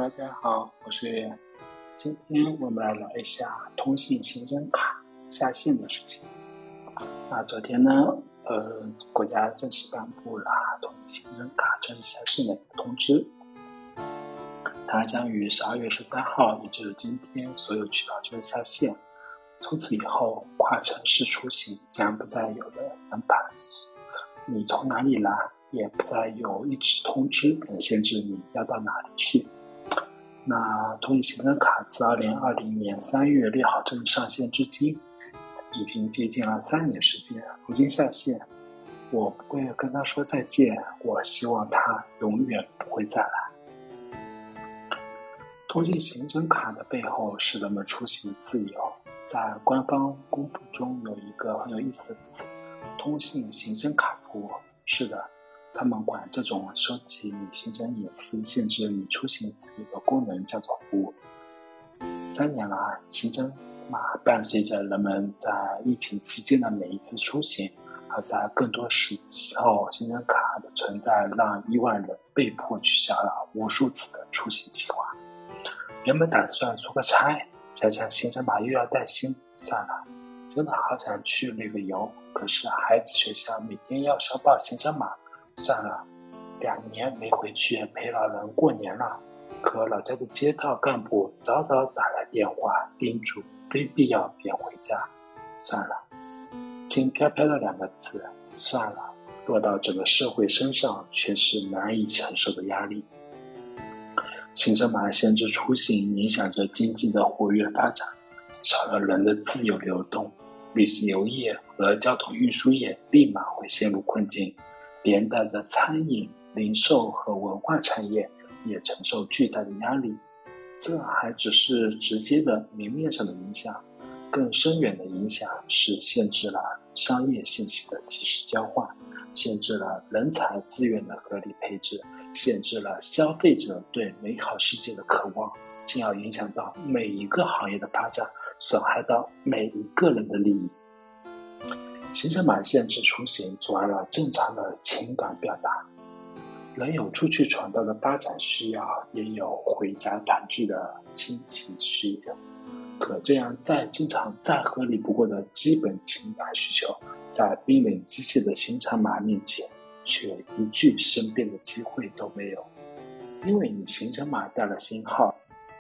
Hello，大家好，我是月月。今天我们来聊一下通信行政卡下线的事情。昨天呢，国家正式颁布了通信行政卡正式下线的一个通知，它将于12月13号，也就是今天，所有渠道正式下线。从此以后，跨城市出行将不再有的门槛，你从哪里来，也不再有一纸通知能限制你要到哪里去。那通信行政卡自2020年3月6号正式上线至今，已经接近了3年时间。如今下线，我不会跟他说再见，我希望他永远不会再来。通信行政卡的背后是人们出行自由，在官方公布中有一个很有意思的词，通信行政卡服务。是的，他们管这种收集你行程隐私、限制你出行自由的功能叫做服务。3年来，行程码伴随着人们在疫情期间的每一次出行，而在更多时期后，行程卡的存在让亿万人被迫取消了无数次的出行计划。原本打算出个差，想想行程码又要带薪，算了，真的好想去旅个游，可是孩子学校每天要申报行程码，算了，2年没回去陪老人过年了。可老家的街道干部早早打来电话叮嘱非必要别回家，算了，轻飘飘的2个字，算了，落到整个社会身上却是难以承受的压力。行程码限制出行，影响着经济的活跃发展，少了人的自由流动，旅游业和交通运输业立马会陷入困境，连带着餐饮、零售和文化产业也承受巨大的压力。这还只是直接的明面上的影响，更深远的影响是限制了商业信息的及时交换，限制了人才资源的合理配置，限制了消费者对美好世界的渴望，进而影响到每一个行业的发展，损害到每一个人的利益。行程码限制出行，阻碍了正常的情感表达。人有出去闯荡的发展需要，也有回家团聚的亲情需要。可这样再正常、再合理不过的基本情感需求，在冰冷机械的行程码面前，却一句申辩的机会都没有。因为你行程码带了星号，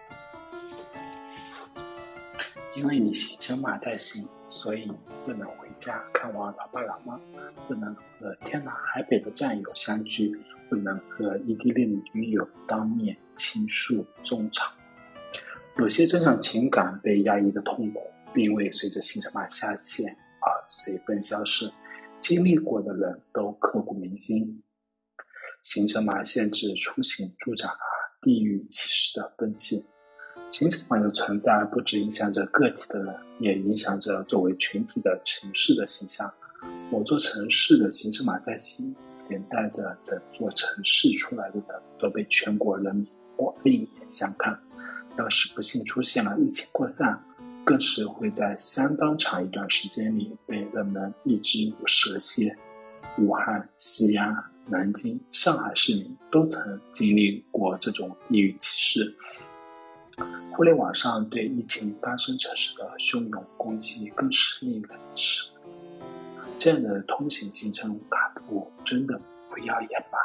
所以不能回家看望老爸老妈，不能和天南海北的战友相聚，不能和异地恋的女友当面倾诉衷肠。有些正常情感被压抑的痛苦，并未随着行程码下线而随风消失，经历过的人都刻骨铭心。行程码限制出行，助长了地域歧视的风气。行程码的存在不只影响着个体的人，也影响着作为群体的城市的形象。某座城市的行程码带星，连带着整座城市出来的人都被全国人民另眼相看。要是不幸出现了疫情扩散，更是会在相当长一段时间里被人们一直蛇蝎。武汉、西安、南京、上海市民都曾经历过这种地域歧视。互联网上对疫情发生城市的汹涌攻击更是令人齿。这样的通行行程卡服务真的不要也罢。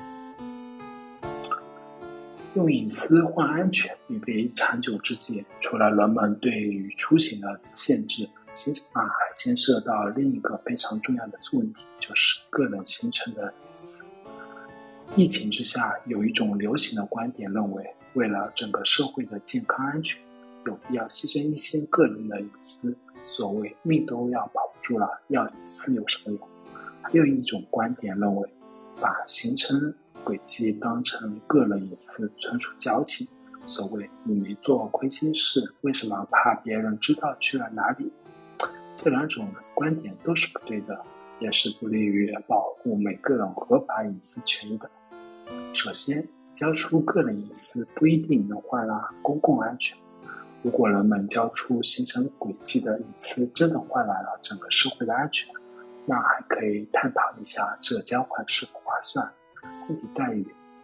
用隐私换安全并非长久之计，除了人们对于出行的限制，行程码还牵涉到另一个非常重要的问题，就是个人行程的隐私。疫情之下，有一种流行的观点认为，为了整个社会的健康安全，有必要牺牲一些个人的隐私。所谓命都要保不住了，要隐私有什么用？还有一种观点认为，把行程轨迹当成个人隐私，纯属矫情。所谓你没做亏心事，为什么怕别人知道去了哪里？这2种观点都是不对的，也是不利于保护每个人合法隐私权益的。首先，交出个人隐私不一定能换来公共安全。如果人们交出行程轨迹的隐私真的换来了整个社会的安全，那还可以探讨一下这交换是否划算。问题在于，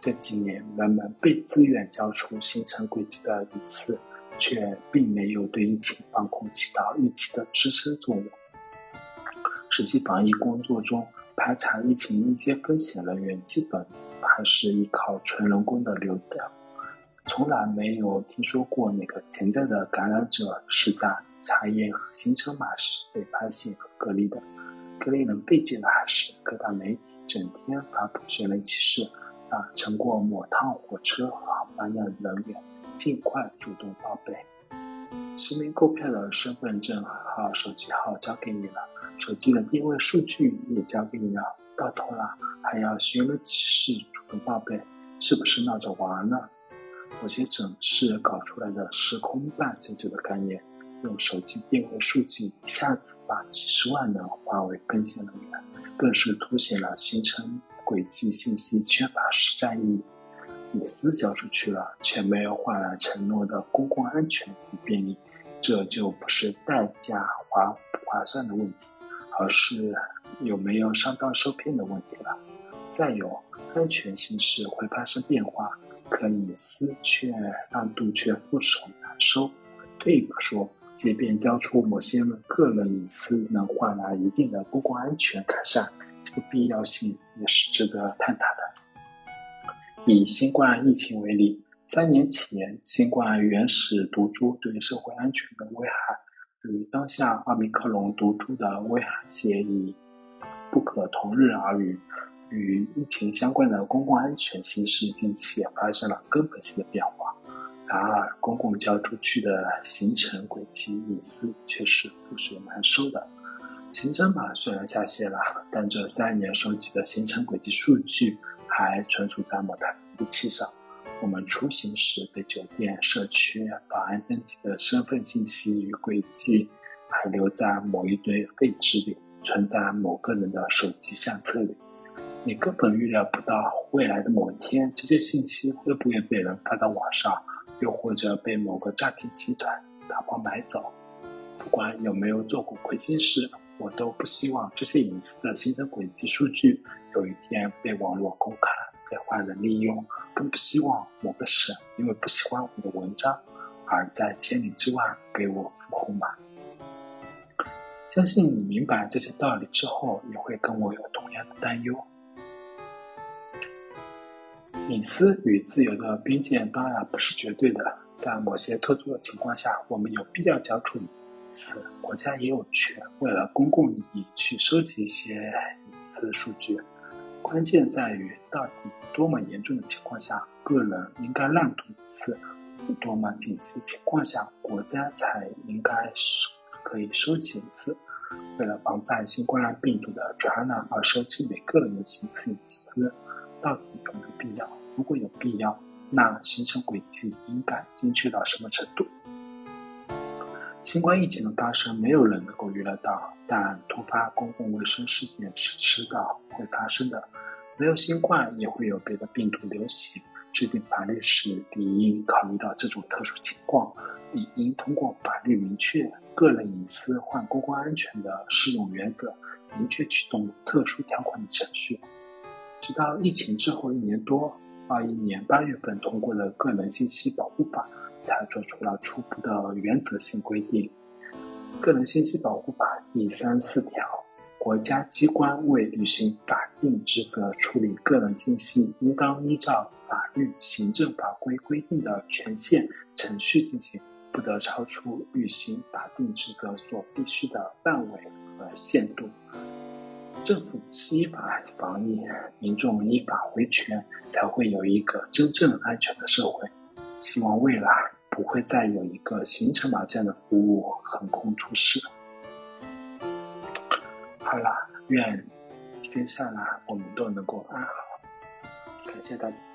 这几年人们被自愿交出行程轨迹的一次，却并没有对疫情防控起到预期的支撑作用。实际防疫工作中，排查疫情应接风险人员基本还是依靠纯人工的流调，从来没有听说过哪个潜在的感染者是在查验行程码时被发现和隔离的。更令人费解的还是各大媒体整天发布神人启事，让乘过某趟火车和航班的人员尽快主动报备。实名购票的身份证号、手机号交给你了，手机的定位数据也交给你了，到头了还要寻人启事主动报备，是不是闹着玩呢？某些整是搞出来的时空伴随者的概念，用手机定位数据一下子把几十万人化为跟线人员，更是凸显了行程轨迹信息缺乏实战意义。隐私交出去了，却没有换来承诺的公共安全与便利，这就不是代价划不划算的问题，而是有没有上当受骗的问题了。再有，安全形势会发生变化，可隐私却让杜却覆手难收。退一步说，即便交出某些个人隐私能换来一定的公共安全改善，这个必要性也是值得探讨的。以新冠疫情为例，3年前新冠原始毒株对社会安全的危害与当下奥密克戎毒株的危害性已不可同日而语，与疫情相关的公共安全形势近期也发生了根本性的变化。然而，公共交出去的行程轨迹隐私却是覆水难收的。行程码虽然下线了，但这3年收集的行程轨迹数据还存储在某台服务器上。我们出行时被酒店、社区、保安登记的身份信息与轨迹还留在某一堆废纸里，存在某个人的手机相册里。你根本预料不到未来的某一天，这些信息会不会被人发到网上，又或者被某个诈骗集团打包买走。不管有没有做过亏心事，我都不希望这些隐私的行程轨迹数据有一天被网络公开，被坏人利用，更不希望某个省因为不喜欢我的文章而在千里之外给我付红码。相信你明白这些道理之后，也会跟我有同样的担忧。隐私与自由的边界当然不是绝对的，在某些特殊的情况下，我们有必要交出隐私，国家也有权为了公共利益去收集一些隐私数据。关键在于到底多么严重的情况下，个人应该让渡隐私，多么紧急的情况下，国家才应该可以收集隐私。为了防范新冠病毒的传染而收集每个人的行程隐私，到底有没有必要？如果有必要，那行程轨迹应该精确到什么程度？新冠疫情的发生，没有人能够预料到，但突发公共卫生事件是迟早会发生的。没有新冠，也会有别的病毒流行。制定法律时，理应考虑到这种特殊情况，理应通过法律明确个人隐私换公共安全的适用原则，明确启动特殊条款的程序。直到疫情之后1年多，21年8月份通过的《个人信息保护法》才做出了初步的原则性规定。《个人信息保护法》第34条，国家机关为履行法定职责处理个人信息，应当依照法律、行政法规规定的权限、程序进行，不得超出履行法定职责所必须的范围和限度。政府依法防疫，民众依法维权，才会有一个真正安全的社会。希望未来不会再有一个行程码这样的服务横空出世。好了，愿接下来我们都能够安好。感谢大家。